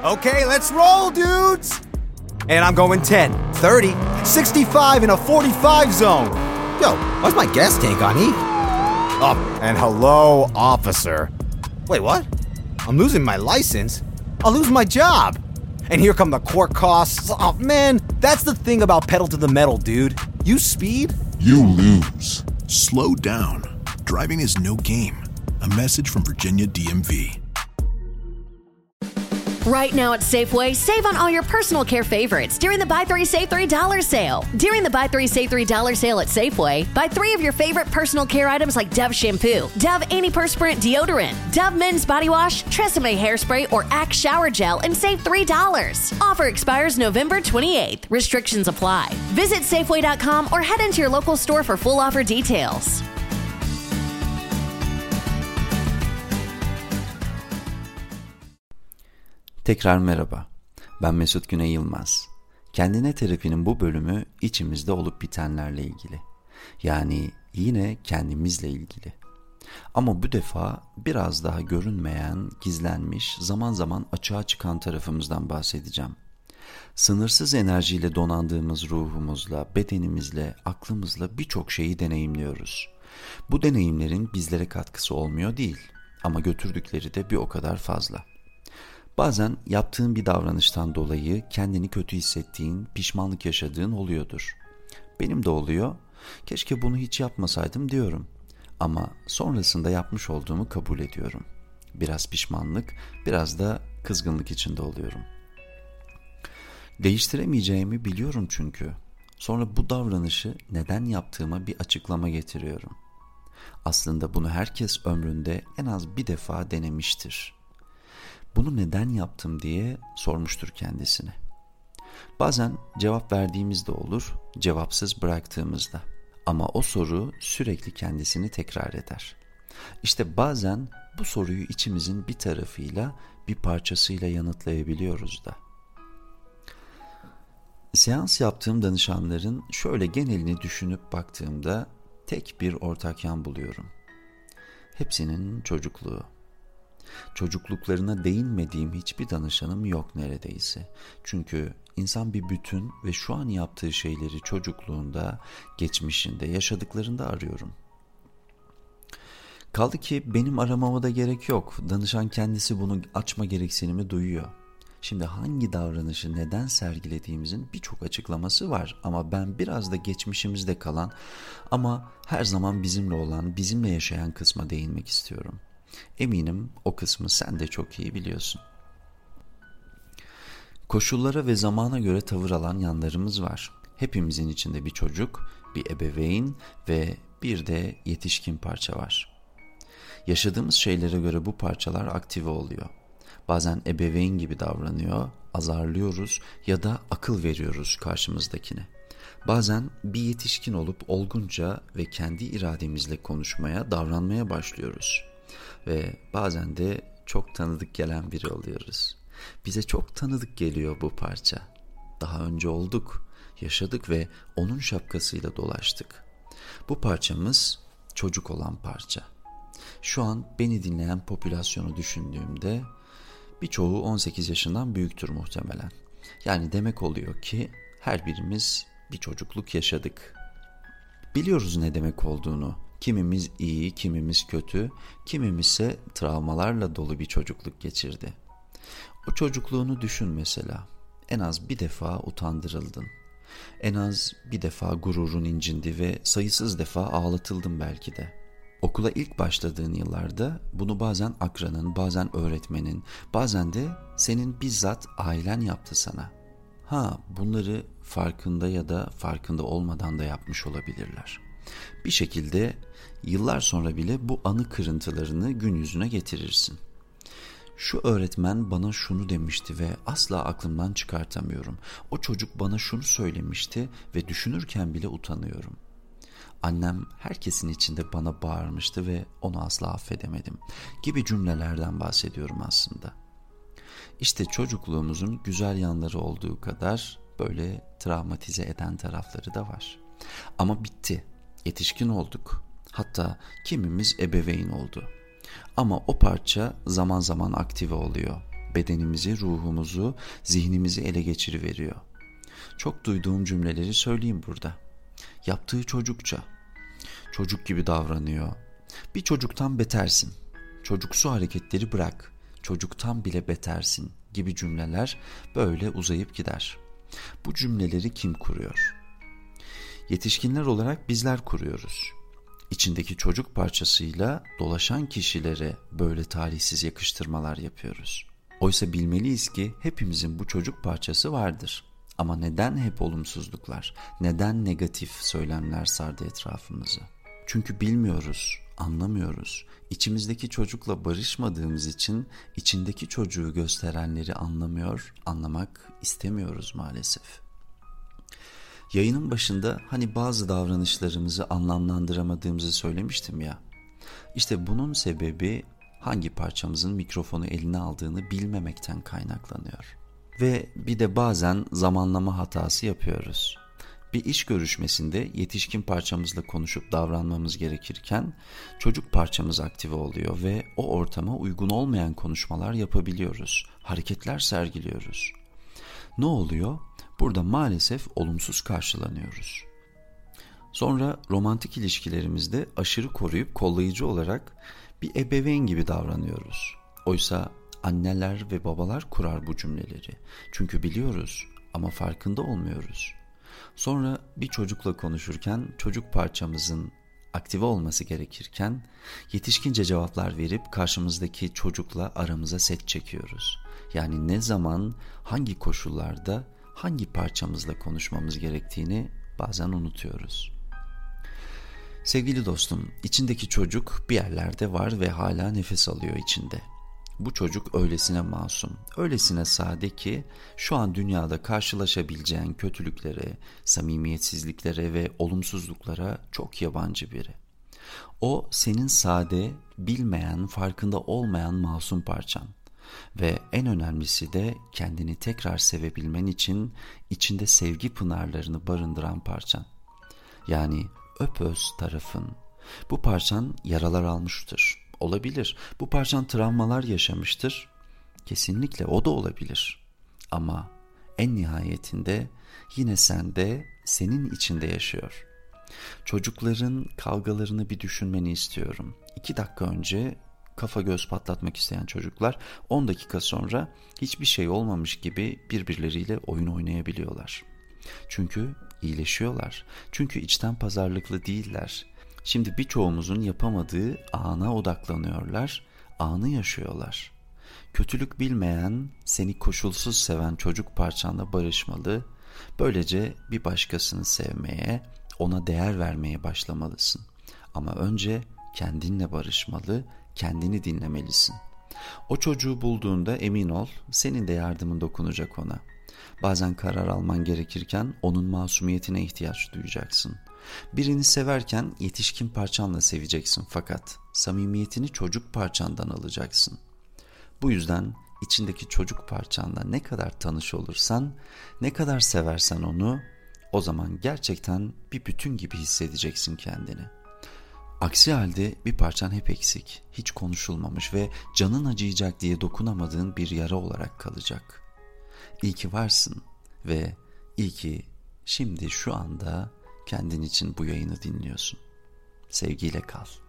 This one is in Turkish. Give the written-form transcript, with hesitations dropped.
Okay, let's roll, dudes! And I'm going 10, 30, 65 in a 45 zone. Yo, why's my gas tank on E? Oh, and hello, officer. Wait, what? I'm losing my license? I'll lose my job. And here come the court costs. Oh, man, that's the thing about pedal to the metal, dude. You speed, you lose. Slow down. Driving is no game. A message from Virginia DMV. Right now at Safeway, save on all your personal care favorites during the Buy 3 Save $3 sale. During the Buy 3 Save $3 sale at Safeway, buy 3 of your favorite personal care items like Dove shampoo, Dove antiperspirant deodorant, Dove men's body wash, Tresemme hairspray, or Axe shower gel and save $3. Offer expires November 28th. Restrictions apply. Visit Safeway.com or head into your local store for full offer details. Tekrar merhaba, ben Mesut Güney Yılmaz. Kendine terapinin bu bölümü içimizde olup bitenlerle ilgili. Yani yine kendimizle ilgili. Ama bu defa biraz daha görünmeyen, gizlenmiş, zaman zaman açığa çıkan tarafımızdan bahsedeceğim. Sınırsız enerjiyle donandığımız ruhumuzla, bedenimizle, aklımızla birçok şeyi deneyimliyoruz. Bu deneyimlerin bizlere katkısı olmuyor değil ama götürdükleri de bir o kadar fazla. Bazen yaptığın bir davranıştan dolayı kendini kötü hissettiğin, pişmanlık yaşadığın oluyordur. Benim de oluyor. Keşke bunu hiç yapmasaydım diyorum. Ama sonrasında yapmış olduğumu kabul ediyorum. Biraz pişmanlık, biraz da kızgınlık içinde oluyorum. Değiştiremeyeceğimi biliyorum çünkü. Sonra bu davranışı neden yaptığıma bir açıklama getiriyorum. Aslında bunu herkes ömründe en az bir defa denemiştir. Bunu neden yaptım diye sormuştur kendisine. Bazen cevap verdiğimizde olur, cevapsız bıraktığımızda. Ama o soru sürekli kendisini tekrar eder. İşte bazen bu soruyu içimizin bir tarafıyla, bir parçasıyla yanıtlayabiliyoruz da. Seans yaptığım danışanların şöyle genelini düşünüp baktığımda tek bir ortak yan buluyorum. Hepsinin çocukluğu. Çocukluklarına değinmediğim hiçbir danışanım yok neredeyse. Çünkü insan bir bütün ve şu an yaptığı şeyleri çocukluğunda, geçmişinde, yaşadıklarında arıyorum. Kaldı ki benim aramama da gerek yok. Danışan kendisi bunu açma gereksinimi duyuyor. Şimdi hangi davranışı neden sergilediğimizin birçok açıklaması var ama ben biraz da geçmişimizde kalan ama her zaman bizimle olan, bizimle yaşayan kısma değinmek istiyorum. Eminim o kısmı sen de çok iyi biliyorsun. Koşullara ve zamana göre tavır alan yanlarımız var. Hepimizin içinde bir çocuk, bir ebeveyn ve bir de yetişkin parça var. Yaşadığımız şeylere göre bu parçalar aktive oluyor. Bazen ebeveyn gibi davranıyor, azarlıyoruz ya da akıl veriyoruz karşımızdakine. Bazen bir yetişkin olup olgunca ve kendi irademizle konuşmaya, davranmaya başlıyoruz. Ve bazen de çok tanıdık gelen biri oluyoruz. Bize çok tanıdık geliyor bu parça. Daha önce olduk, yaşadık ve onun şapkasıyla dolaştık. Bu parçamız çocuk olan parça. Şu an beni dinleyen popülasyonu düşündüğümde birçoğu 18 yaşından büyüktür muhtemelen. Yani demek oluyor ki her birimiz bir çocukluk yaşadık. Biliyoruz ne demek olduğunu. Kimimiz iyi, kimimiz kötü, kimimiz ise travmalarla dolu bir çocukluk geçirdi. O çocukluğunu düşün mesela. En az bir defa utandırıldın. En az bir defa gururun incindi ve sayısız defa ağlatıldın belki de. Okula ilk başladığın yıllarda bunu bazen akranın, bazen öğretmenin, bazen de senin bizzat ailen yaptı sana. Bunları farkında ya da farkında olmadan da yapmış olabilirler. Bir şekilde yıllar sonra bile bu anı kırıntılarını gün yüzüne getirirsin. Şu öğretmen bana şunu demişti ve asla aklımdan çıkartamıyorum. O çocuk bana şunu söylemişti ve düşünürken bile utanıyorum. Annem herkesin içinde bana bağırmıştı ve onu asla affedemedim gibi cümlelerden bahsediyorum aslında. İşte çocukluğumuzun güzel yanları olduğu kadar böyle travmatize eden tarafları da var. Ama bitti. Yetişkin olduk. Hatta kimimiz ebeveyn oldu. Ama o parça zaman zaman aktive oluyor. bedenimizi, ruhumuzu, zihnimizi ele geçiriveriyor. Çok duyduğum cümleleri söyleyeyim burada. Yaptığı çocukça. Çocuk gibi davranıyor. Bir çocuktan betersin. Çocuksu hareketleri bırak. Çocuktan bile betersin gibi cümleler böyle uzayıp gider. Bu cümleleri kim kuruyor? Yetişkinler olarak bizler kuruyoruz. İçindeki çocuk parçasıyla dolaşan kişilere böyle talihsiz yakıştırmalar yapıyoruz. Oysa bilmeliyiz ki hepimizin bu çocuk parçası vardır. Ama neden hep olumsuzluklar, neden negatif söylemler sardı etrafımızı? Çünkü bilmiyoruz, anlamıyoruz. İçimizdeki çocukla barışmadığımız için içindeki çocuğu gösterenleri anlamıyor, anlamak istemiyoruz maalesef. Yayının başında hani bazı davranışlarımızı anlamlandıramadığımızı söylemiştim ya. İşte bunun sebebi hangi parçamızın mikrofonu eline aldığını bilmemekten kaynaklanıyor. Ve bir de bazen zamanlama hatası yapıyoruz. Bir iş görüşmesinde yetişkin parçamızla konuşup davranmamız gerekirken çocuk parçamız aktive oluyor ve o ortama uygun olmayan konuşmalar yapabiliyoruz, hareketler sergiliyoruz. Ne oluyor? Burada maalesef olumsuz karşılanıyoruz. Sonra romantik ilişkilerimizde aşırı koruyup kollayıcı olarak bir ebeveyn gibi davranıyoruz. Oysa anneler ve babalar kurar bu cümleleri. Çünkü biliyoruz ama farkında olmuyoruz. Sonra bir çocukla konuşurken çocuk parçamızın aktive olması gerekirken yetişkince cevaplar verip karşımızdaki çocukla aramıza set çekiyoruz. Yani ne zaman, hangi koşullarda, hangi parçamızla konuşmamız gerektiğini bazen unutuyoruz. Sevgili dostum, içindeki çocuk bir yerlerde var ve hala nefes alıyor içinde. Bu çocuk öylesine masum, öylesine sade ki şu an dünyada karşılaşabileceğin kötülüklere, samimiyetsizliklere ve olumsuzluklara çok yabancı biri. O senin sade, bilmeyen, farkında olmayan masum parçan. Ve en önemlisi de kendini tekrar sevebilmen için içinde sevgi pınarlarını barındıran parçan. Yani öpöz tarafın. Bu parçan yaralar almıştır. Olabilir. Bu parçan travmalar yaşamıştır. Kesinlikle o da olabilir. Ama en nihayetinde yine sende, senin içinde yaşıyor. Çocukların kavgalarını bir düşünmeni istiyorum. 2 dakika önce kafa göz patlatmak isteyen çocuklar 10 dakika sonra hiçbir şey olmamış gibi birbirleriyle oyun oynayabiliyorlar. Çünkü iyileşiyorlar. Çünkü içten pazarlıklı değiller. Şimdi birçoğumuzun yapamadığı ana odaklanıyorlar, anı yaşıyorlar. Kötülük bilmeyen, seni koşulsuz seven çocuk parçanla barışmalı, böylece bir başkasını sevmeye, ona değer vermeye başlamalısın. Ama önce kendinle barışmalı, kendini dinlemelisin. O çocuğu bulduğunda emin ol, senin de yardımın dokunacak ona. Bazen karar alman gerekirken onun masumiyetine ihtiyaç duyacaksın. Birini severken yetişkin parçanla seveceksin fakat samimiyetini çocuk parçandan alacaksın. Bu yüzden içindeki çocuk parçanla ne kadar tanış olursan, ne kadar seversen onu, o zaman gerçekten bir bütün gibi hissedeceksin kendini. Aksi halde bir parçan hep eksik, hiç konuşulmamış ve canın acıyacak diye dokunamadığın bir yara olarak kalacak. İyi ki varsın ve iyi ki şimdi şu anda kendin için bu yayını dinliyorsun. Sevgiyle kal.